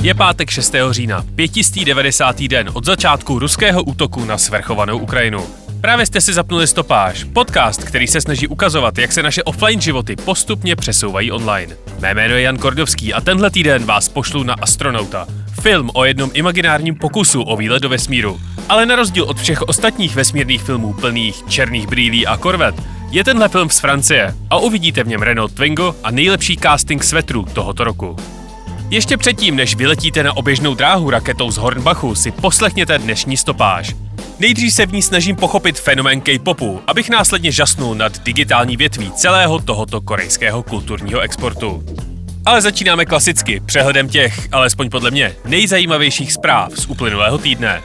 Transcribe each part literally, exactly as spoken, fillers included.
Je pátek šestého října, pětistý devadesátý den od začátku ruského útoku na svrchovanou Ukrajinu. Právě jste si zapnuli Stopáž, podcast, který se snaží ukazovat, jak se naše offline životy postupně přesouvají online. Mé jméno je Jan Kordovský a tenhle týden vás pošlu na Astronauta. Film o jednom imaginárním pokusu o výlet do vesmíru. Ale na rozdíl od všech ostatních vesmírných filmů plných černých brýlí a korvet, je tenhle film z Francie a uvidíte v něm Renault Twingo a nejlepší casting svetrů tohoto roku. Ještě předtím, než vyletíte na oběžnou dráhu raketou z Hornbachu, si poslechněte dnešní Stopáž. Nejdřív se v ní snažím pochopit fenomén K-popu, abych následně žasnul nad digitální větví celého tohoto korejského kulturního exportu. Ale začínáme klasicky, přehledem těch, alespoň podle mě, nejzajímavějších zpráv z uplynulého týdne.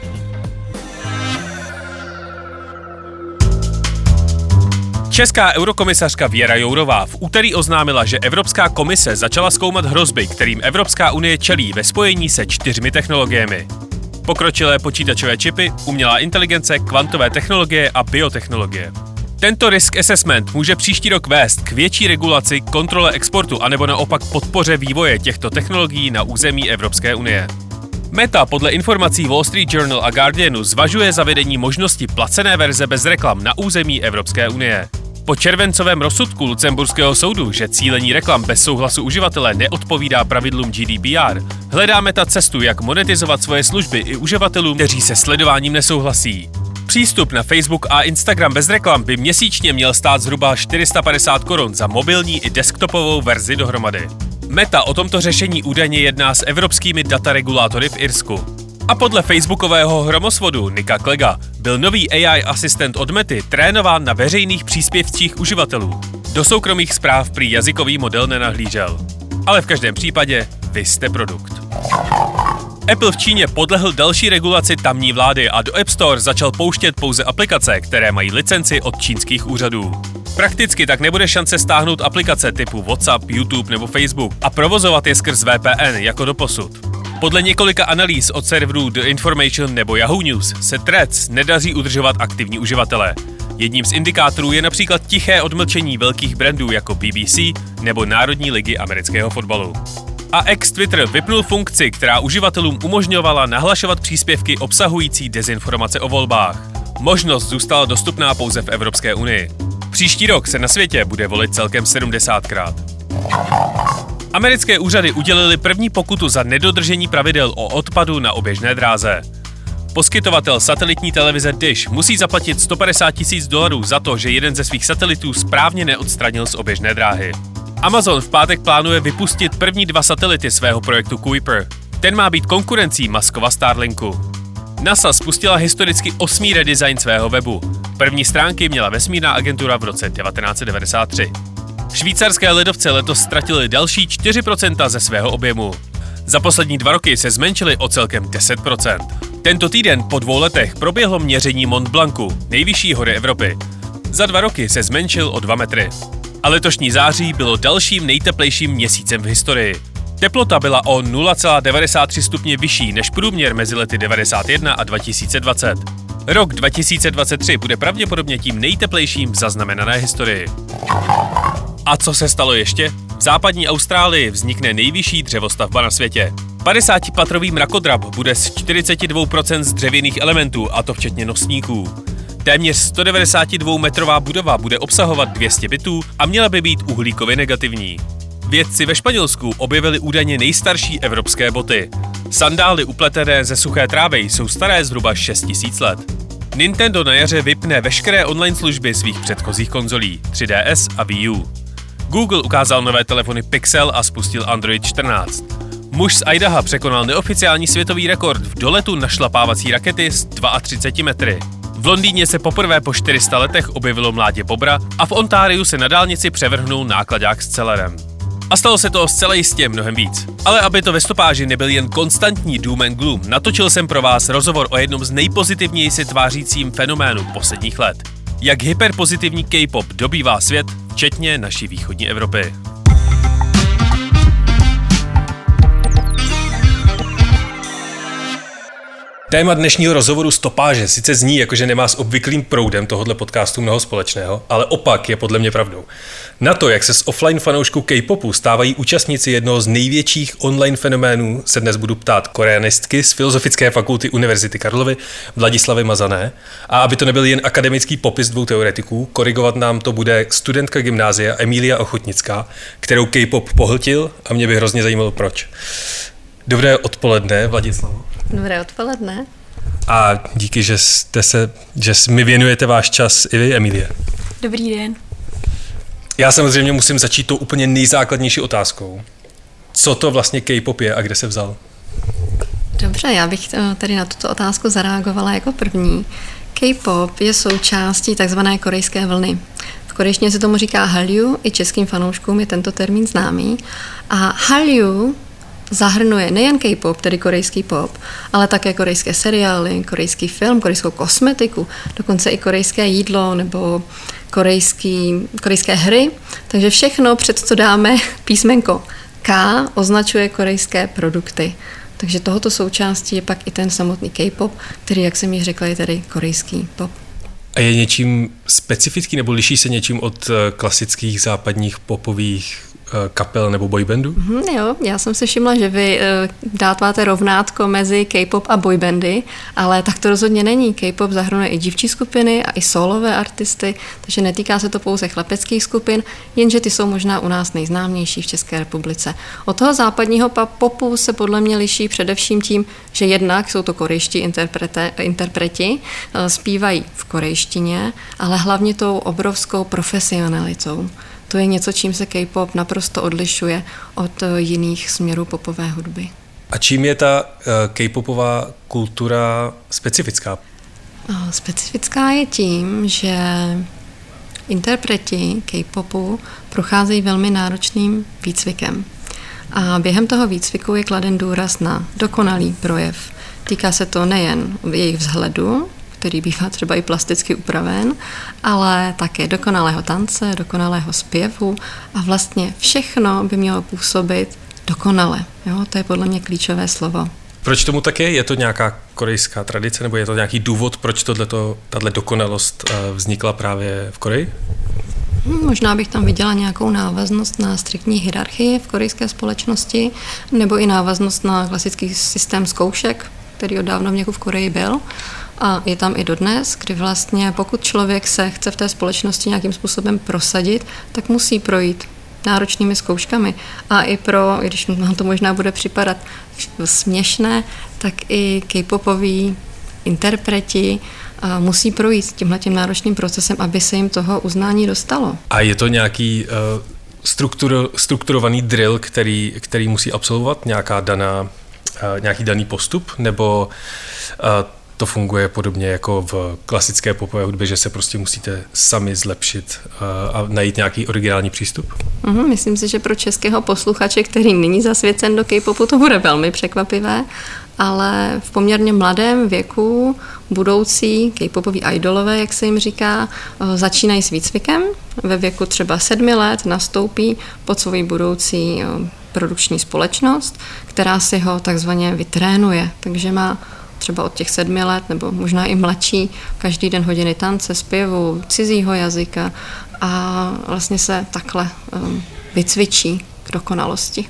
Česká eurokomisařka Věra Jourová v úterý oznámila, že Evropská komise začala zkoumat hrozby, kterým Evropská unie čelí ve spojení se čtyřmi technologiemi. Pokročilé počítačové čipy, umělá inteligence, kvantové technologie a biotechnologie. Tento risk assessment může příští rok vést k větší regulaci, kontrole exportu anebo naopak podpoře vývoje těchto technologií na území Evropské unie. Meta podle informací Wall Street Journal a Guardianu zvažuje zavedení možnosti placené verze bez reklam na území Evropské unie. Po červencovém rozsudku Lucemburského soudu, že cílení reklam bez souhlasu uživatele neodpovídá pravidlům G D P R, hledá Meta cestu, jak monetizovat svoje služby i uživatelům, kteří se sledováním nesouhlasí. Přístup na Facebook a Instagram bez reklam by měsíčně měl stát zhruba čtyři sta padesát korun za mobilní i desktopovou verzi dohromady. Meta o tomto řešení údajně jedná s evropskými dataregulátory v Irsku. A podle facebookového hromosvodu Nicka Clegga byl nový A I asistent od Mety trénován na veřejných příspěvcích uživatelů. Do soukromých zpráv prý jazykový model nenahlížel. Ale v každém případě vy jste produkt. Apple v Číně podlehl další regulaci tamní vlády a do App Store začal pouštět pouze aplikace, které mají licenci od čínských úřadů. Prakticky tak nebude šance stáhnout aplikace typu WhatsApp, YouTube nebo Facebook a provozovat je skrz V P N jako doposud. Podle několika analýz od serverů The Information nebo Yahoo News se Threads nedaří udržovat aktivní uživatele. Jedním z indikátorů je například tiché odmlčení velkých brandů jako B B C nebo Národní ligy amerického fotbalu. A ex-Twitter vypnul funkci, která uživatelům umožňovala nahlašovat příspěvky obsahující dezinformace o volbách. Možnost zůstala dostupná pouze v Evropské unii. Příští rok se na světě bude volit celkem sedmdesátkrát. Americké úřady udělily první pokutu za nedodržení pravidel o odpadu na oběžné dráze. Poskytovatel satelitní televize Dish musí zaplatit sto padesát tisíc dolarů za to, že jeden ze svých satelitů správně neodstranil z oběžné dráhy. Amazon v pátek plánuje vypustit první dva satelity svého projektu Kuiper. Ten má být konkurencí Muskova Starlinku. NASA spustila historicky osmý redesign svého webu. První stránky měla vesmírná agentura v roce devatenáct set devadesát tři. Švýcarské ledovce letos ztratily další čtyři procenta ze svého objemu. Za poslední dva roky se zmenšily o celkem deset procent. Tento týden po dvou letech proběhlo měření Mont Blancu, nejvyšší hory Evropy. Za dva roky se zmenšil o dva metry. A letošní září bylo dalším nejteplejším měsícem v historii. Teplota byla o nula celá devadesát tři stupně vyšší než průměr mezi lety devadesát jedna a dva tisíce dvacet. Rok dva tisíce dvacet tři bude pravděpodobně tím nejteplejším v zaznamenané historii. A co se stalo ještě? V západní Austrálii vznikne nejvyšší dřevostavba na světě. padesátipatrový mrakodrap bude z čtyřicet dva procent z dřevěných elementů, a to včetně nosníků. Téměř sto devadesát dva metrová budova bude obsahovat dvě stě bytů a měla by být uhlíkově negativní. Vědci ve Španělsku objevili údajně nejstarší evropské boty. Sandály upletené ze suché trávy jsou staré zhruba šest tisíc let. Nintendo na jaře vypne veškeré online služby svých předchozích konzolí tři D S a Wii U. Google ukázal nové telefony Pixel a spustil Android čtrnáct. Muž z Idaha překonal neoficiální světový rekord v doletu našlapávací rakety s třiceti dvěma metry. V Londýně se poprvé po čtyři sta letech objevilo mládě bobra a v Ontariu se na dálnici převrhnul náklaďák s celerem. A stalo se to zcela jistě mnohem víc. Ale aby to ve Stopáži nebyl jen konstantní doom and gloom, natočil jsem pro vás rozhovor o jednom z nejpozitivněji se tvářícím fenoménů posledních let. Jak hyperpozitivní K-pop dobývá svět, včetně naší východní Evropy. Téma dnešního rozhovoru Stopáže sice zní, jako že nemá s obvyklým proudem tohoto podcastu mnoho společného, ale opak je podle mě pravdou. Na to, jak se z offline fanoušků K-popu stávají účastníci jednoho z největších online fenoménů, se dnes budu ptát koreanistky z Filozofické fakulty Univerzity Karlovy Vladislavy Mazané. A aby to nebyl jen akademický popis dvou teoretiků, korigovat nám to bude studentka gymnázia Emília Ochotnická, kterou K-pop pohltil a mě by hrozně zajímalo proč. Dobré odpoledne, Vladislavo. Dobré odpoledne. A díky, že jste se, že mi věnujete váš čas i vy, Emílie. Dobrý den. Já samozřejmě musím začít tou úplně nejzákladnější otázkou. Co to vlastně K-pop je a kde se vzal? Dobře, já bych tady na tuto otázku zareagovala jako první. K-pop je součástí takzvané korejské vlny. V korejštině se tomu říká Hallyu, i českým fanouškům je tento termín známý. A Hallyu zahrnuje nejen K-pop, tedy korejský pop, ale také korejské seriály, korejský film, korejskou kosmetiku, dokonce i korejské jídlo nebo korejský, korejské hry. Takže všechno, před co dáme písmenko K, označuje korejské produkty. Takže tohoto součástí je pak i ten samotný K-pop, který, jak jsem již řekla, je tedy korejský pop. A je něčím specifický nebo liší se něčím od klasických západních popových kapel nebo boybandů? Mm, jo, já jsem si všimla, že vy uh, dáváte rovnátko mezi K-pop a boybandy, ale tak to rozhodně není. K-pop zahrnuje i dívčí skupiny a i solové artisty, takže netýká se to pouze chlapeckých skupin, jenže ty jsou možná u nás nejznámější v České republice. Od toho západního popu se podle mě liší především tím, že jednak jsou to korejští interpreti, uh, zpívají v korejštině, ale hlavně tou obrovskou profesionalitou. To je něco, čím se K-pop naprosto odlišuje od jiných směrů popové hudby. A čím je ta K-popová kultura specifická? Specifická je tím, že interpreti K-popu procházejí velmi náročným výcvikem. A během toho výcviku je kladen důraz na dokonalý projev. Týká se to nejen jejich vzhledu, který bývá třeba i plasticky upraven, ale také dokonalého tance, dokonalého zpěvu a vlastně všechno by mělo působit dokonale. Jo? To je podle mě klíčové slovo. Proč tomu tak je? Je to nějaká korejská tradice nebo je to nějaký důvod, proč tato dokonalost vznikla právě v Koreji? Hmm, možná bych tam viděla nějakou návaznost na striktní hierarchii v korejské společnosti nebo i návaznost na klasický systém zkoušek, který od dávna věku v Koreji byl. A je tam i dodnes, kdy vlastně pokud člověk se chce v té společnosti nějakým způsobem prosadit, tak musí projít náročnými zkouškami. A i pro, i když nám to možná bude připadat směšné, tak i K-popoví interpreti musí projít tímhletím náročným procesem, aby se jim toho uznání dostalo. A je to nějaký uh, struktur, strukturovaný drill, který, který musí absolvovat, nějaká daná, uh, nějaký daný postup, nebo uh, to funguje podobně jako v klasické popové hudbě, že se prostě musíte sami zlepšit a najít nějaký originální přístup? Mm, myslím si, že pro českého posluchače, který není zasvěcen do K-popu, to bude velmi překvapivé, ale v poměrně mladém věku budoucí K-popoví idolové, jak se jim říká, začínají s výcvikem. Ve věku třeba sedmi let nastoupí pod svou budoucí produkční společnost, která si ho takzvaně vytrénuje, takže má třeba od těch sedmi let, nebo možná i mladší, každý den hodiny tance, zpěvu, cizího jazyka a vlastně se takhle um, vycvičí k dokonalosti.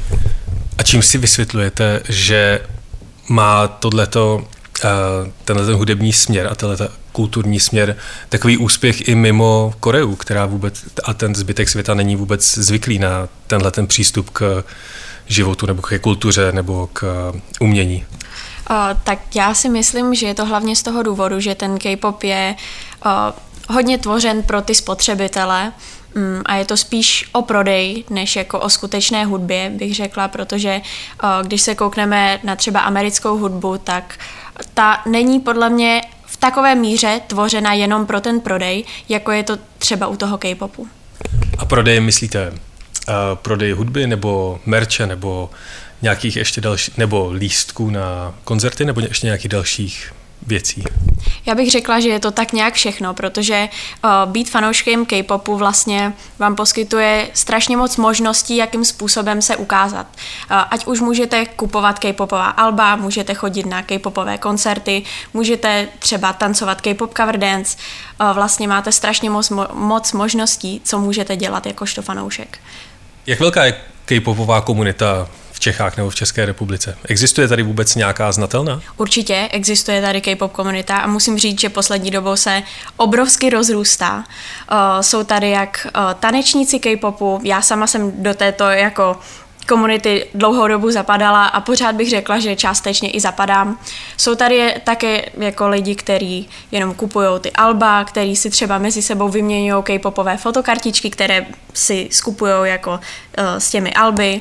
A čím si vysvětlujete, že má tohleto, uh, tenhle ten hudební směr a tenhle kulturní směr takový úspěch i mimo Koreu, která vůbec, a ten zbytek světa není vůbec zvyklý na tenhle ten přístup k životu nebo k kultuře nebo k umění? O, tak já si myslím, že je to hlavně z toho důvodu, že ten K-pop je o, hodně tvořen pro ty spotřebitele mm, a je to spíš o prodej, než jako o skutečné hudbě, bych řekla, protože o, když se koukneme na třeba americkou hudbu, tak ta není podle mě v takové míře tvořena jenom pro ten prodej, jako je to třeba u toho K-popu. A prodej myslíte uh, prodej hudby nebo merče nebo nějakých ještě dalších, nebo lístků na koncerty, nebo ještě nějakých dalších věcí? Já bych řekla, že je to tak nějak všechno, protože uh, být fanouškem K-popu vlastně vám poskytuje strašně moc možností, jakým způsobem se ukázat. Uh, ať už můžete kupovat K-popová alba, můžete chodit na K-popové koncerty, můžete třeba tancovat K-pop cover dance, uh, vlastně máte strašně moc, moc možností, co můžete dělat jakožto fanoušek. Jak velká je K-popová komunita v Čechách nebo v České republice? Existuje tady vůbec nějaká znatelná? Určitě existuje tady K-pop komunita a musím říct, že poslední dobou se obrovsky rozrůstá. Uh, jsou tady jak uh, tanečníci K-popu, já sama jsem do této jako komunity dlouhou dobu zapadala a pořád bych řekla, že částečně i zapadám. Jsou tady také jako lidi, kteří jenom kupují ty alba, kteří si třeba mezi sebou vyměňují K-popové fotokartičky, které si skupují jako uh, s těmi alby.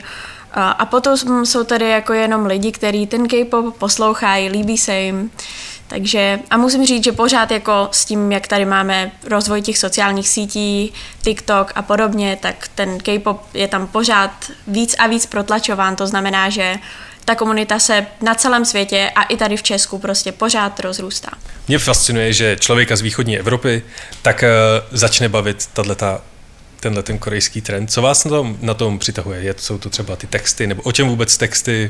A potom jsou tady jako jenom lidi, kteří ten K-pop poslouchají, líbí se jim. Takže, a musím říct, že pořád jako s tím, jak tady máme rozvoj těch sociálních sítí, TikTok a podobně, tak ten K-pop je tam pořád víc a víc protlačován. To znamená, že ta komunita se na celém světě a i tady v Česku prostě pořád rozrůstá. Mě fascinuje, že člověka z východní Evropy tak uh, začne bavit tato tenhle ten korejský trend. Co vás na tom, na tom přitahuje? Je, jsou to třeba ty texty, nebo o čem vůbec texty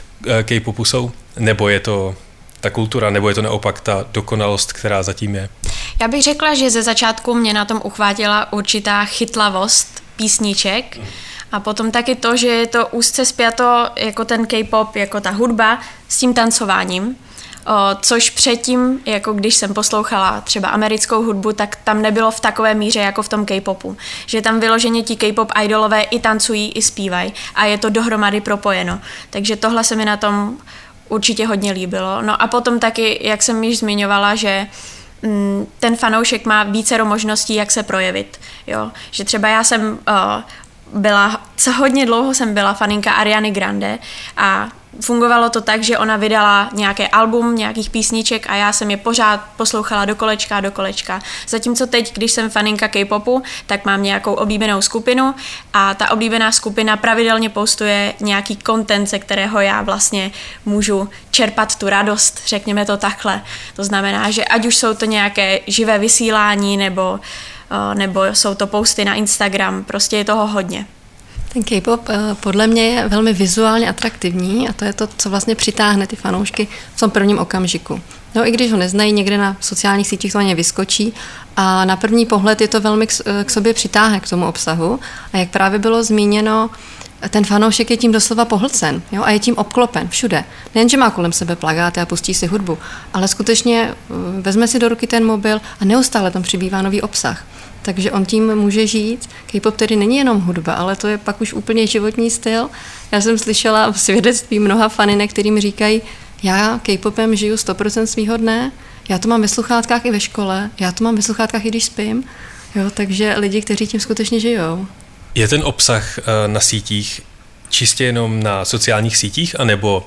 K-popu jsou? Nebo je to ta kultura, nebo je to naopak ta dokonalost, která zatím je? Já bych řekla, že ze začátku mě na tom uchvátila určitá chytlavost písniček a potom taky to, že je to úzce spjato jako ten K-pop, jako ta hudba s tím tancováním. O, což předtím, jako když jsem poslouchala třeba americkou hudbu, tak tam nebylo v takové míře jako v tom K-popu. Že tam vyloženě ti K-pop idolové i tancují, i zpívají a je to dohromady propojeno. Takže tohle se mi na tom určitě hodně líbilo. No a potom taky, jak jsem již zmiňovala, že mm, ten fanoušek má vícero možností, jak se projevit. Jo? Že třeba já jsem o, byla, co hodně dlouho jsem byla faninka Ariany Grande a fungovalo to tak, že ona vydala nějaké album, nějakých písniček a já jsem je pořád poslouchala do kolečka, do kolečka. Zatímco teď, když jsem faninka K-popu, tak mám nějakou oblíbenou skupinu a ta oblíbená skupina pravidelně postuje nějaký content, ze kterého já vlastně můžu čerpat tu radost, řekněme to takhle. To znamená, že ať už jsou to nějaké živé vysílání nebo, nebo jsou to posty na Instagram, prostě je toho hodně. Ten K-pop podle mě je velmi vizuálně atraktivní a to je to, co vlastně přitáhne ty fanoušky v tom prvním okamžiku. No i když ho neznají, někde na sociálních sítích to ně vyskočí a na první pohled je to velmi k sobě přitáhne k tomu obsahu a jak právě bylo zmíněno, ten fanoušek je tím doslova pohlcen, jo, a je tím obklopen všude. Nejen, že má kolem sebe plakáty a pustí si hudbu, ale skutečně vezme si do ruky ten mobil a neustále tam přibývá nový obsah. Takže on tím může žít. K-pop tedy není jenom hudba, ale to je pak už úplně životní styl. Já jsem slyšela svědectví mnoha faninek, kterým říkají, já K-popem žiju sto procent svýho dne, já to mám ve sluchátkách i ve škole, já to mám ve sluchátkách i když spím. Jo, takže lidi, kteří tím skutečně žijou. Je ten obsah na sítích čistě jenom na sociálních sítích, anebo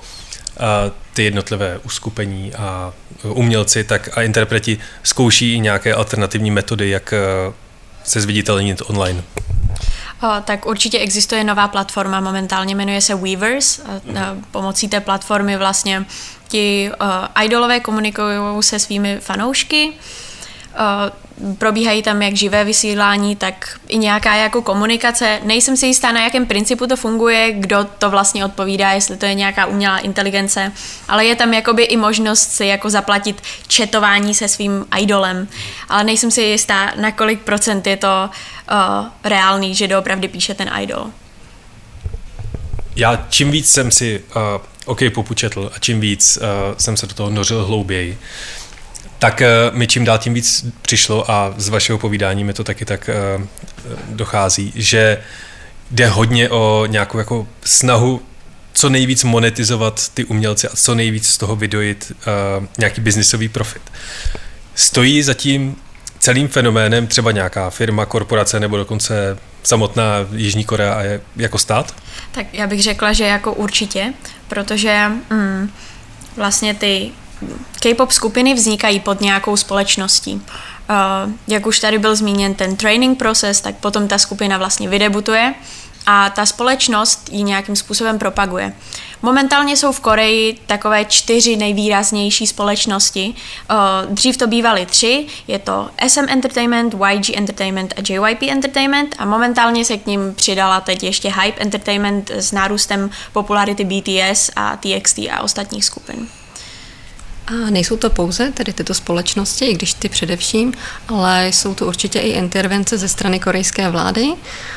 ty jednotlivé uskupení a umělci tak a interpreti zkouší i nějaké alternativní metody, jak se zviditelnit online? O, tak určitě existuje nová platforma, momentálně jmenuje se Weverse. Pomocí té platformy vlastně ti uh, idolové komunikují se svými fanoušky. Uh, probíhají tam jak živé vysílání, tak i nějaká jako komunikace. Nejsem si jistá, na jakém principu to funguje, kdo to vlastně odpovídá, jestli to je nějaká umělá inteligence, ale je tam jakoby i možnost si jako zaplatit chatování se svým idolem, ale nejsem si jistá, na kolik procent je to uh, reálný, že doopravdy píše ten idol. Já čím víc jsem si uh, o K-popu četl a čím víc uh, jsem se do toho nořil hlouběji, tak uh, mi čím dál tím víc přišlo a z vašeho povídání mi to taky tak uh, dochází, že jde hodně o nějakou jako snahu co nejvíc monetizovat ty umělce a co nejvíc z toho vydojit uh, nějaký biznisový profit. Stojí zatím celým fenoménem třeba nějaká firma, korporace nebo dokonce samotná Jižní Korea jako stát? Tak já bych řekla, že jako určitě, protože mm, vlastně ty K-pop skupiny vznikají pod nějakou společností. Uh, jak už tady byl zmíněn ten training proces, tak potom ta skupina vlastně vydebutuje a ta společnost ji nějakým způsobem propaguje. Momentálně jsou v Koreji takové čtyři nejvýraznější společnosti. Dřív to bývaly tři, je to S M Entertainment, Y G Entertainment a J Y P Entertainment a momentálně se k ním přidala teď ještě Hype Entertainment s nárůstem popularity B T S a T X T a ostatních skupin. A nejsou to pouze tedy tyto společnosti, i když ty především, ale jsou to určitě i intervence ze strany korejské vlády.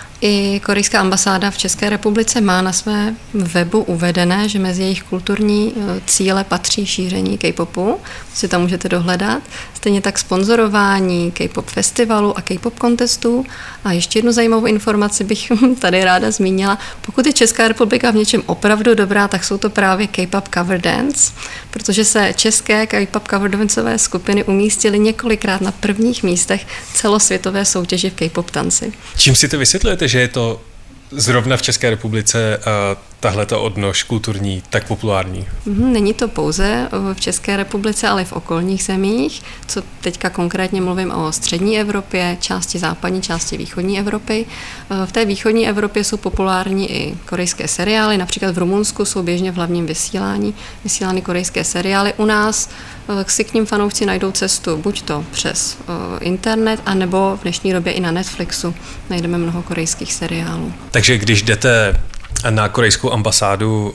I korejská ambasáda v České republice má na své webu uvedené, že mezi jejich kulturní cíle patří šíření K-popu, si tam můžete dohledat. Stejně tak sponzorování K-pop festivalu a K-pop contestů. A ještě jednu zajímavou informaci bych tady ráda zmínila. Pokud je Česká republika v něčem opravdu dobrá, tak jsou to právě K-pop cover dance, protože se české K-pop cover danceové skupiny umístily několikrát na prvních místech celosvětové soutěže v K-pop tanci. Čím si to vysvětlujete, že je to zrovna v České republice tahleto odnož kulturní tak populární? Není to pouze v České republice, ale i v okolních zemích, co teďka konkrétně mluvím o střední Evropě, části západní, části východní Evropy. V té východní Evropě jsou populární i korejské seriály, například v Rumunsku jsou běžně v hlavním vysílání vysílány korejské seriály. U nás si k nim fanoušci najdou cestu buď to přes internet, anebo v dnešní době i na Netflixu najdeme mnoho korejských seriálů. Takže když jdete na korejskou ambasádu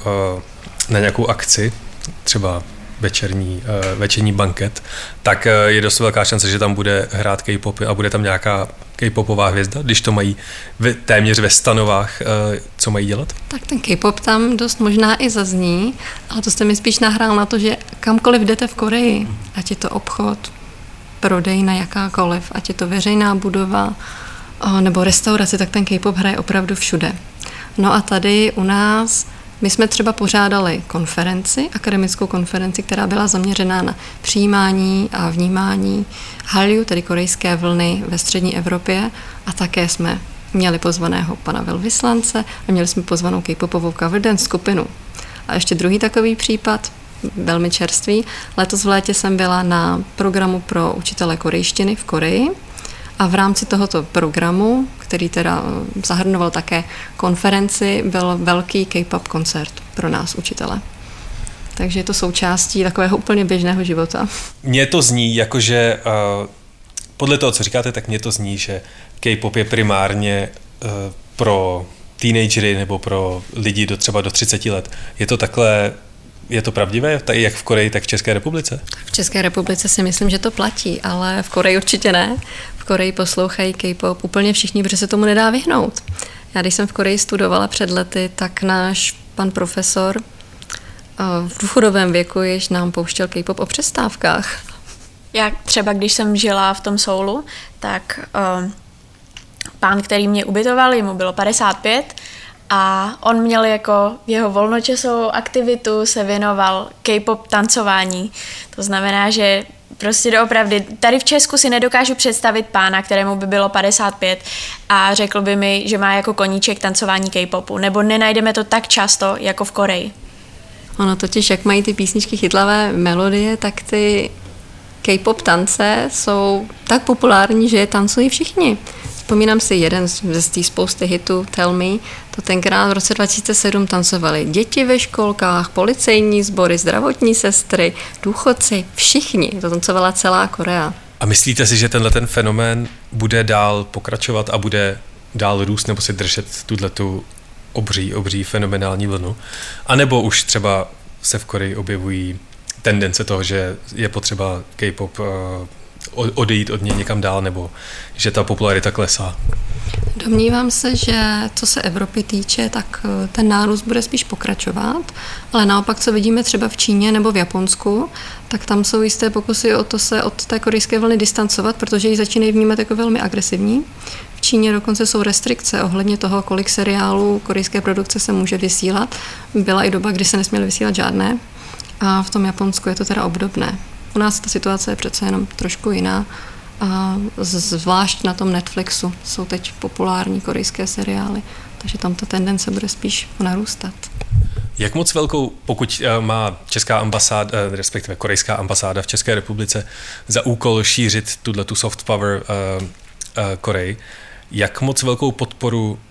na nějakou akci, třeba večerní, večerní banket, tak je dost velká šance, že tam bude hrát K-pop a bude tam nějaká K-popová hvězda, když to mají v, téměř ve stanovách, co mají dělat? Tak ten K-pop tam dost možná i zazní, ale to jste mi spíš nahrál na to, že kamkoliv jdete v Koreji, ať je to obchod, prodejna jakákoliv, ať je to veřejná budova nebo restaurace, tak ten K-pop hraje opravdu všude. No a tady u nás my jsme třeba pořádali konferenci, akademickou konferenci, která byla zaměřená na přijímání a vnímání Hallyu, tedy korejské vlny ve střední Evropě, a také jsme měli pozvaného pana velvyslance a měli jsme pozvanou K-popovou cover dance skupinu. A ještě druhý takový případ, velmi čerstvý, letos v létě jsem byla na programu pro učitele korejštiny v Koreji. A v rámci tohoto programu, který teda zahrnoval také konferenci, byl velký K-pop koncert pro nás učitele. Takže je to součástí takového úplně běžného života. Mně to zní, jakože uh, podle toho, co říkáte, tak mně to zní, že K-pop je primárně uh, pro teenagery nebo pro lidi do třeba do třiceti let. Je to takhle, je to pravdivé, tak jak v Koreji, tak v České republice? V České republice si myslím, že to platí, ale v Koreji určitě ne. V Koreji poslouchají K-pop úplně všichni, protože se tomu nedá vyhnout. Já když jsem v Koreji studovala před lety, tak náš pan profesor v důchodovém věku již nám pouštěl K-pop o přestávkách. Já třeba, když jsem žila v tom Soulu, tak uh, pán, který mě ubytoval, mu bylo padesát pět a on měl jako jeho volnočasovou aktivitu, se věnoval K-pop tancování. To znamená, že prostě doopravdy, tady v Česku si nedokážu představit pána, kterému by bylo padesát pět a řekl by mi, že má jako koníček tancování K-popu, nebo nenajdeme to tak často jako v Koreji. Ono totiž, jak mají ty písničky chytlavé melodie, tak ty K-pop tance jsou tak populární, že je tancují všichni. Vzpomínám si jeden ze té spousty hitů Tell Me, to tenkrát v roce dva tisíce sedm tancovali děti ve školkách, policejní sbory, zdravotní sestry, důchodci, všichni. To tancovala celá Korea. A myslíte si, že tenhle ten fenomén bude dál pokračovat a bude dál růst nebo si držet tuhletu obří, obří fenomenální vlnu? A nebo už třeba se v Koreji objevují tendence toho, že je potřeba K-pop odejít od něj někam dál, nebo že ta popularita klesá? Domnívám se, že co se Evropy týče, tak ten nárůst bude spíš pokračovat, ale naopak, co vidíme třeba v Číně nebo v Japonsku, tak tam jsou jisté pokusy o to se od té korejské vlny distancovat, protože ji začínají vnímat jako velmi agresivní. V Číně dokonce jsou restrikce ohledně toho, kolik seriálů korejské produkce se může vysílat. Byla i doba, kdy se nesměly vysílat žádné, a v tom Japonsku je to teda obdobné. U nás ta situace je přece jenom trošku jiná. A zvlášť na tom Netflixu jsou teď populární korejské seriály, takže tam ta tendence bude spíš narůstat. Jak moc velkou, pokud má česká ambasáda, respektive korejská ambasáda v České republice za úkol šířit tuto soft power uh, uh, Koreji, jak moc velkou podporu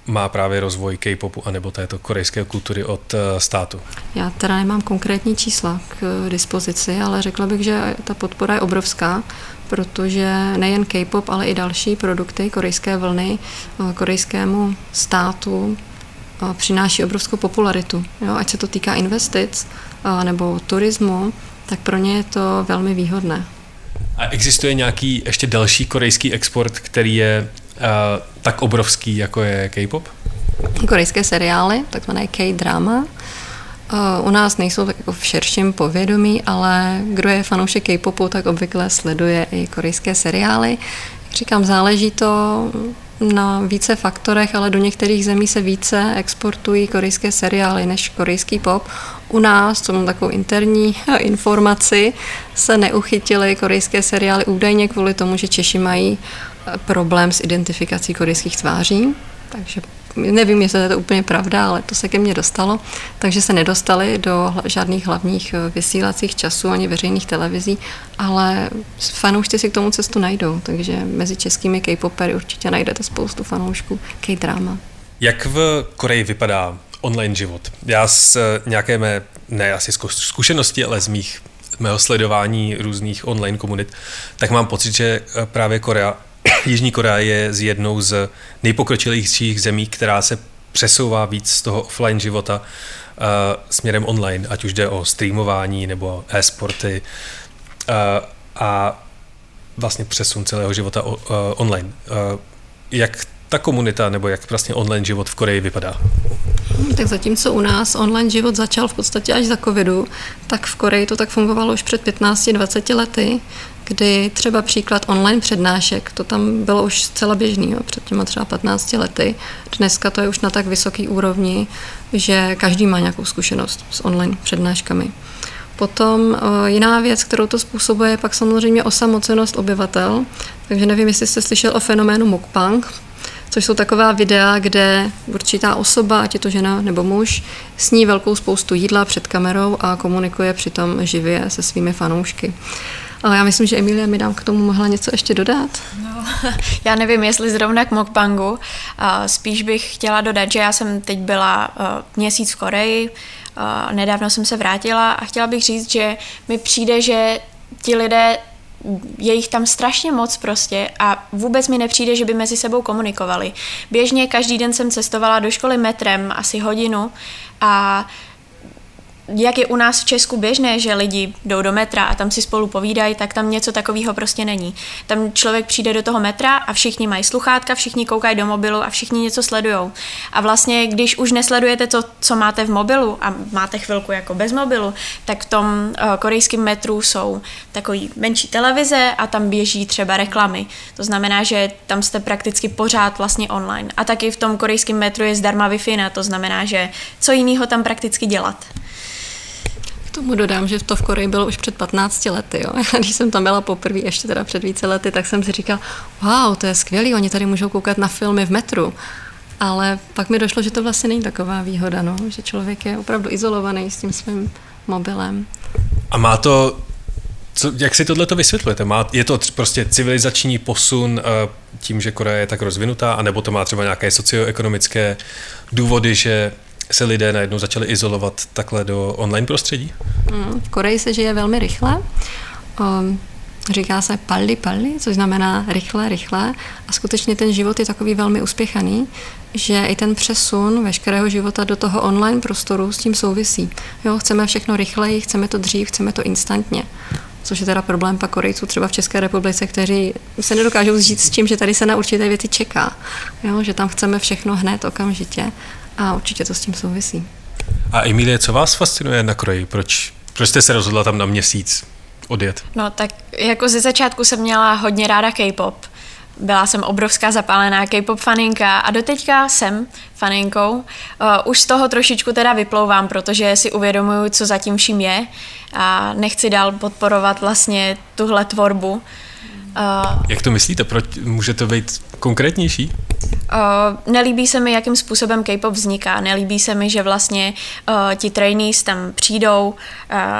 má právě rozvoj K-popu anebo této korejské kultury od státu? Já teda nemám konkrétní čísla k dispozici, ale řekla bych, že ta podpora je obrovská, protože nejen K-pop, ale i další produkty korejské vlny korejskému státu přináší obrovskou popularitu. Jo, ať se to týká investic nebo turismu, tak pro ně je to velmi výhodné. A existuje nějaký ještě další korejský export, který je uh, tak obrovský, jako je K-pop? Korejské seriály, takzvané K-drama. Uh, u nás nejsou tak jako v širším povědomí, ale kdo je fanoušek K-popu, tak obvykle sleduje i korejské seriály. Jak říkám, záleží to na více faktorech, ale do některých zemí se více exportují korejské seriály než korejský pop. U nás, co mám takovou interní informaci, se neuchytily korejské seriály údajně kvůli tomu, že Češi mají problém s identifikací korejských tváří. Takže nevím, jestli je to úplně pravda, ale to se ke mně dostalo. Takže se nedostali do žádných hlavních vysílacích časů ani veřejných televizí, ale fanoušci si k tomu cestu najdou. Takže mezi českými K-popery určitě najdete spoustu fanoušků K-drama. Jak v Koreji vypadá online život? Já z nějaké mé, ne asi zkušenosti, ale z mých, mého sledování různých online komunit, tak mám pocit, že právě Korea Jižní Korea je z jednou z nejpokročilejších zemí, která se přesouvá víc z toho offline života uh, směrem online, ať už jde o streamování nebo e-sporty uh, a vlastně přesun celého života uh, online. Uh, jak ta komunita nebo jak vlastně online život v Koreji vypadá? Tak zatímco u nás online život začal v podstatě až za covidu, tak v Koreji to tak fungovalo už před patnácti dvaceti lety, kdy třeba příklad online přednášek, to tam bylo už zcela běžný, jo, před těma třeba patnácti lety. Dneska to je už na tak vysoký úrovni, že každý má nějakou zkušenost s online přednáškami. Potom jiná věc, kterou to způsobuje, je pak samozřejmě osamocenost obyvatel. Takže nevím, jestli jste slyšel o fenoménu mukbang, což jsou taková videa, kde určitá osoba, ať je to žena nebo muž, sní velkou spoustu jídla před kamerou a komunikuje přitom živě se svými fanoušky. Ale já myslím, že Emilia mi dám k tomu mohla něco ještě dodat. No, já nevím, jestli zrovna k mukbangu. Spíš bych chtěla dodat, že já jsem teď byla měsíc v Koreji, nedávno jsem se vrátila a chtěla bych říct, že mi přijde, že ti lidé, je jich tam strašně moc prostě a vůbec mi nepřijde, že by mezi sebou komunikovali. Běžně každý den jsem cestovala do školy metrem asi hodinu a jak je u nás v Česku běžné, že lidi jdou do metra a tam si spolu povídají, tak tam něco takového prostě není. Tam člověk přijde do toho metra a všichni mají sluchátka, všichni koukají do mobilu a všichni něco sledujou. A vlastně, když už nesledujete to, co máte v mobilu a máte chvilku jako bez mobilu, tak v tom uh, korejském metru jsou takový menší televize a tam běží třeba reklamy. To znamená, že tam jste prakticky pořád vlastně online. A taky v tom korejském metru je zdarma Wi-Fi, to znamená, že co jiného tam prakticky dělat. K tomu dodám, že to v Koreji bylo už před patnácti lety. Jo. Když jsem tam byla poprvé, ještě teda před více lety, tak jsem si říkala, wow, to je skvělý, oni tady můžou koukat na filmy v metru. Ale pak mi došlo, že to vlastně není taková výhoda, no, že člověk je opravdu izolovaný s tím svým mobilem. A má to, co, jak si tohle to vysvětlujete? Má, je to prostě civilizační posun tím, že Korea je tak rozvinutá, anebo to má třeba nějaké socioekonomické důvody, že se lidé najednou začali izolovat takhle do online prostředí? Hmm, v Koreji se žije velmi rychle. Um, říká se palli palli, což znamená rychle, rychle. A skutečně ten život je takový velmi uspěchaný, že i ten přesun veškerého života do toho online prostoru s tím souvisí. Jo, chceme všechno rychleji, chceme to dřív, chceme to instantně. Což je teda problém pak Korejců třeba v České republice, kteří se nedokážou zžít s tím, že tady se na určité věci čeká. Jo, že tam chceme všechno hned, okamžitě. A určitě to s tím souvisí. A Emilie, co vás fascinuje na Koreji? Proč, proč jste se rozhodla tam na měsíc odjet? No tak jako ze začátku jsem měla hodně ráda K-pop. Byla jsem obrovská zapálená K-pop faninka a doteďka jsem faninkou. Uh, už z toho trošičku teda vyplouvám, protože si uvědomuju, co zatím vším je a nechci dál podporovat vlastně tuhle tvorbu. Uh, Jak to myslíte? Proč může to být konkrétnější? Uh, nelíbí se mi, jakým způsobem K-pop vzniká. Nelíbí se mi, že vlastně uh, ti trainees tam přijdou, uh,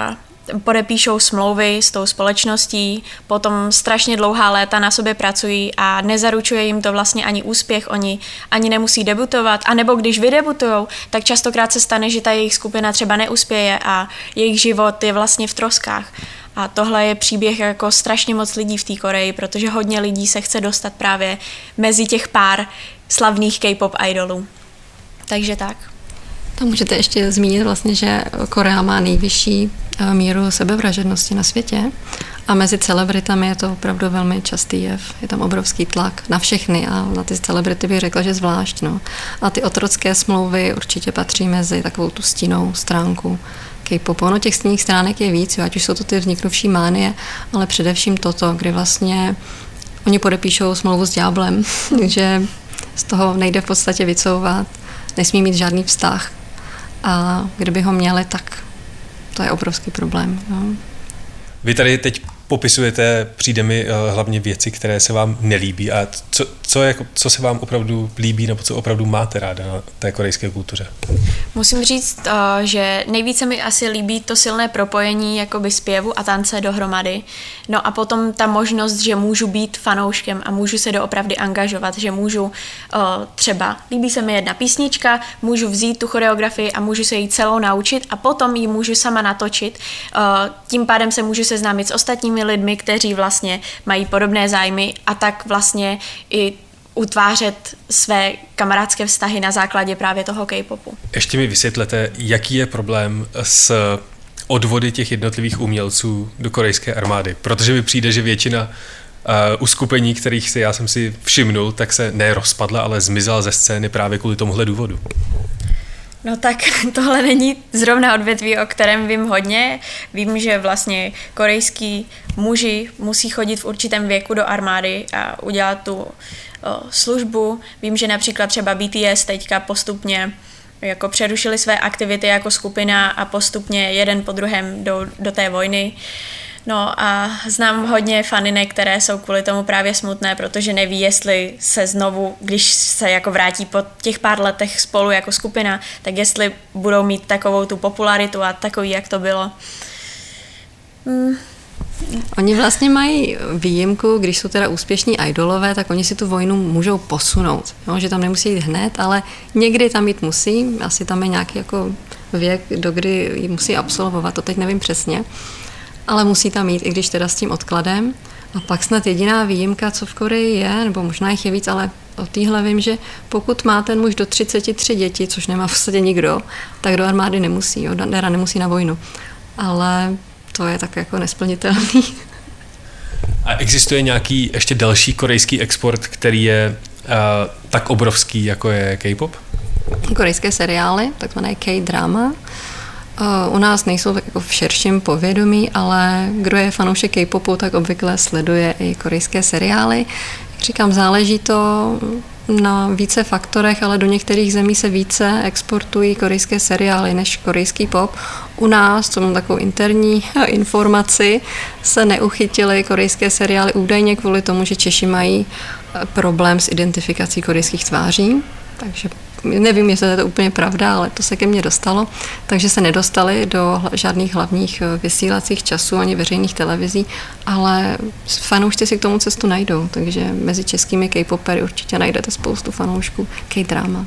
podepíšou smlouvy s tou společností, potom strašně dlouhá léta na sobě pracují a nezaručuje jim to vlastně ani úspěch, oni ani nemusí debutovat, anebo když vydebutujou, tak častokrát se stane, že ta jejich skupina třeba neuspěje a jejich život je vlastně v troskách. A tohle je příběh jako strašně moc lidí v té Koreji, protože hodně lidí se chce dostat právě mezi těch pár slavných K-pop idolů. Takže tak. Tam můžete ještě zmínit vlastně, že Korea má nejvyšší míru sebevražednosti na světě a mezi celebritami je to opravdu velmi častý jev. Je tam obrovský tlak na všechny a na ty celebrity bych řekla, že zvlášť. No. A ty otrocké smlouvy určitě patří mezi takovou tu stinnou stránku K-popu. Ono těch stinných stránek je víc, jo, ať už jsou to ty vzniknuvší mánie, ale především toto, kdy vlastně oni podepíšou smlouvu s ďáblem, takže z toho nejde v podstatě vycouvat, nesmí mít žádný vztah a kdyby ho měli, tak to je obrovský problém. No. Vy tady teď popisujete, přijde mi hlavně věci, které se vám nelíbí a co, co, jako, co se vám opravdu líbí nebo co opravdu máte ráda na té korejské kultuře? Musím říct, že nejvíce mi asi líbí to silné propojení jakoby zpěvu a tance dohromady. No a potom ta možnost, že můžu být fanouškem a můžu se doopravdy angažovat, že můžu třeba, líbí se mi jedna písnička, můžu vzít tu choreografii a můžu se ji celou naučit a potom ji můžu sama natočit. Tím pádem se můžu seznámit s ostatními lidmi, kteří vlastně mají podobné zájmy a tak vlastně i utvářet své kamarádské vztahy na základě právě toho K-popu. Ještě mi vysvětlete, jaký je problém s odvody těch jednotlivých umělců do korejské armády, protože mi přijde, že většina uh, uskupení, kterých si já jsem si všimnul, tak se ne rozpadla, ale zmizela ze scény právě kvůli tomuhle důvodu. No tak tohle není zrovna odvětví, o kterém vím hodně. Vím, že vlastně korejský muži musí chodit v určitém věku do armády a udělat tu o, službu. Vím, že například třeba B T S teďka postupně jako přerušili své aktivity jako skupina a postupně jeden po druhém jdou do té vojny. No a znám hodně faninek, které jsou kvůli tomu právě smutné, protože neví, jestli se znovu, když se jako vrátí po těch pár letech spolu jako skupina, tak jestli budou mít takovou tu popularitu a takový, jak to bylo. Hmm. Oni vlastně mají výjimku, když jsou teda úspěšní idolové, tak oni si tu vojnu můžou posunout. No, že tam nemusí jít hned, ale někdy tam jít musí. Asi tam je nějaký jako věk, do kdy ji musí absolvovat, to teď nevím přesně. Ale musí tam jít, i když teda s tím odkladem. A pak snad jediná výjimka, co v Koreji je, nebo možná jich je víc, ale o téhle vím, že pokud má ten muž do třicet tři děti, což nemá v podstatě nikdo, tak do armády nemusí, jo, teda nemusí na vojnu. Ale to je tak jako nesplnitelný. A existuje nějaký ještě další korejský export, který je uh, tak obrovský, jako je K-pop? Korejské seriály, takzvané K-drama. U nás nejsou tak jako v širším povědomí, ale kdo je fanoušek K-popu, tak obvykle sleduje i korejské seriály. Jak říkám, záleží to na více faktorech, ale do některých zemí se více exportují korejské seriály než korejský pop. U nás, co mám takovou interní informaci, se neuchytily korejské seriály údajně kvůli tomu, že Češi mají problém s identifikací korejských tváří, takže nevím, jestli je to úplně pravda, ale to se ke mně dostalo, takže se nedostali do žádných hlavních vysílacích časů ani veřejných televizí, ale fanoušci si k tomu cestu najdou, takže mezi českými K-popery určitě najdete spoustu fanoušků K-drama.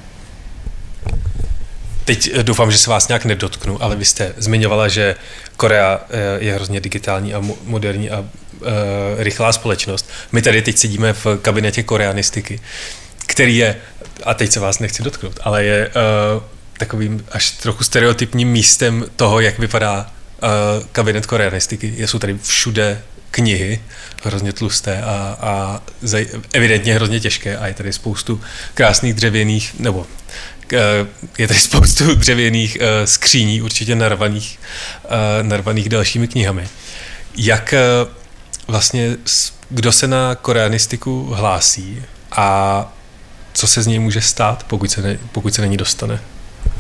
Teď doufám, že se vás nějak nedotknu, ale vy jste zmiňovala, že Korea je hrozně digitální a moderní a uh, rychlá společnost. My tady teď sedíme v kabinetě koreanistiky, který je, a teď se vás nechci dotknout, ale je uh, takovým až trochu stereotypním místem toho, jak vypadá uh, kabinet koreanistiky. Jsou tady všude knihy, hrozně tlusté a, a zaj, evidentně hrozně těžké a je tady spoustu krásných dřevěných, nebo uh, je tady spoustu dřevěných uh, skříní, určitě narvaných, uh, narvaných dalšími knihami. Jak uh, vlastně, kdo se na koreanistiku hlásí a co se z něj může stát, pokud se, ne, pokud se na ní dostane?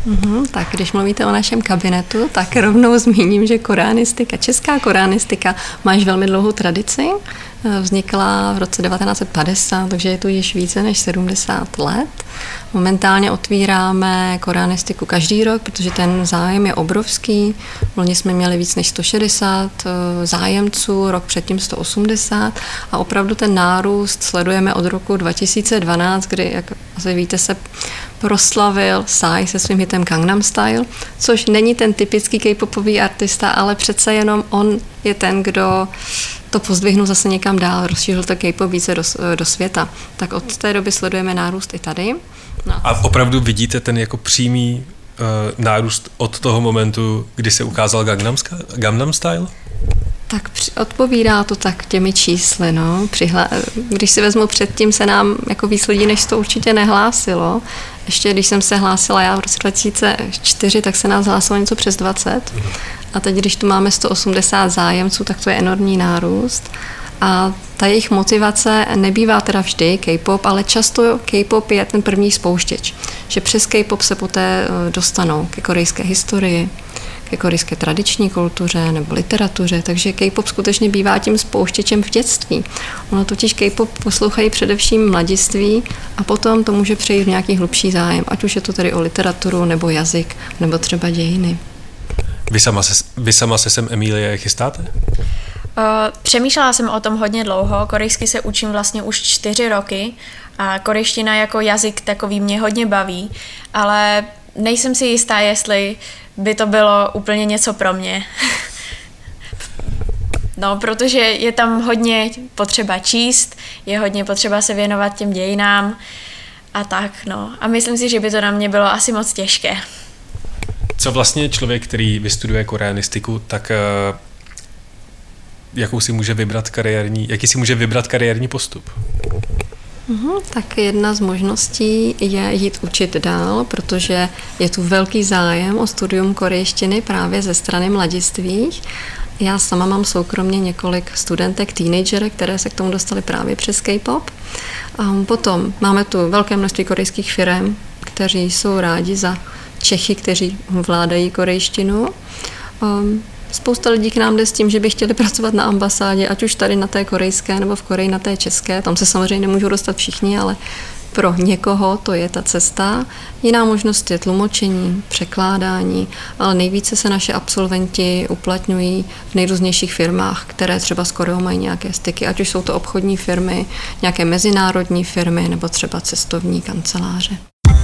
Mm-hmm, tak když mluvíte o našem kabinetu, tak rovnou zmíním, že koreanistika, česká koreanistika má již velmi dlouhou tradici. Vznikla v roce devatenáct set padesát, takže je to již více než sedmdesát let. Momentálně otvíráme koreanistiku každý rok, protože ten zájem je obrovský. Loni jsme měli víc než sto šedesát zájemců, rok předtím sto osmdesát a opravdu ten nárůst sledujeme od roku dva tisíce dvanáct, kdy, jak asi víte, se proslavil Psy se svým hitem Gangnam Style, což není ten typický K-popový artista, ale přece jenom on je ten, kdo to pozdvihnul zase někam dál, rozšířil to K-pop více do, do světa. Tak od té doby sledujeme nárůst i tady. No. A opravdu vidíte ten jako přímý uh, nárůst od toho momentu, kdy se ukázal Gangnam, Gangnam Style? Tak odpovídá to tak těmi čísly, no. Přihla- když si vezmu předtím, se nám jako víc lidí, než to určitě nehlásilo. Ještě když jsem se hlásila já v roce dva tisíce čtyři, tak se nás hlásilo něco přes dvacet. A teď, když tu máme sto osmdesát zájemců, tak to je enormní nárůst. A ta jejich motivace nebývá teda vždy K-pop, ale často K-pop je ten první spouštěč. Že přes K-pop se poté dostanou ke korejské historii, ke korejské tradiční kultuře nebo literatuře, takže K-pop skutečně bývá tím spouštěčem v dětství. Ono totiž K-pop poslouchají především mladiství a potom to může přejít v nějaký hlubší zájem, ať už je to tedy o literaturu nebo jazyk nebo třeba dějiny. Vy sama se, vy sama se sem, Emílie, chystáte? Uh, přemýšlela jsem o tom hodně dlouho, korejsky se učím vlastně už čtyři roky a korejština jako jazyk takový mě hodně baví, ale nejsem si jistá, jestli by to bylo úplně něco pro mě. No, protože je tam hodně potřeba číst, je hodně potřeba se věnovat těm dějinám a tak, no. A myslím si, že by to na mě bylo asi moc těžké. Co vlastně člověk, který vystuduje koreanistiku, tak uh, jakou si může vybrat kariérní, jaký si může vybrat kariérní postup? Uhum, tak jedna z možností je jít učit dál, protože je tu velký zájem o studium korejštiny právě ze strany mladistvých. Já sama mám soukromně několik studentek, teenagerek, které se k tomu dostaly právě přes K-pop. Um, potom máme tu velké množství korejských firem, kteří jsou rádi za Čechy, kteří vládají korejštinu. Um, Spousta lidí k nám jde s tím, že by chtěli pracovat na ambasádě, ať už tady na té korejské nebo v Koreji na té české. Tam se samozřejmě nemůžou dostat všichni, ale pro někoho to je ta cesta. Jiná možnost je tlumočení, překládání, ale nejvíce se naše absolventi uplatňují v nejrůznějších firmách, které třeba s Koreou mají nějaké styky, ať už jsou to obchodní firmy, nějaké mezinárodní firmy nebo třeba cestovní kanceláře.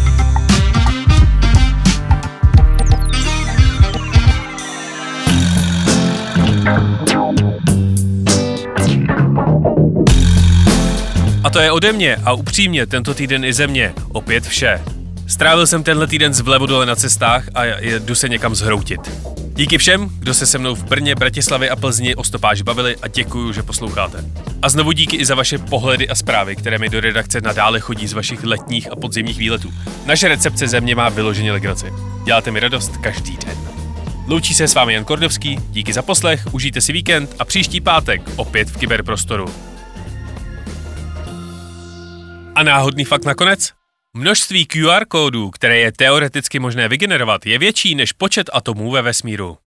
A to je ode mě a upřímně tento týden i ze mě opět vše. Strávil jsem tenhle týden z vlevo dole na cestách a jdu se někam zhroutit. Díky všem, kdo se se mnou v Brně, Bratislavě a Plzni o stopáž bavili a děkuju, že posloucháte. A znovu díky i za vaše pohledy a zprávy, které mi do redakce nadále chodí z vašich letních a podzimních výletů. Naše recepce země má vyloženě legraci. Děláte mi radost každý den. Loučí se s vámi Jan Kordovský, díky za poslech, užijte si víkend a příští pátek opět v kyberprostoru. A náhodný fakt nakonec? Množství Q R kódů, které je teoreticky možné vygenerovat, je větší než počet atomů ve vesmíru.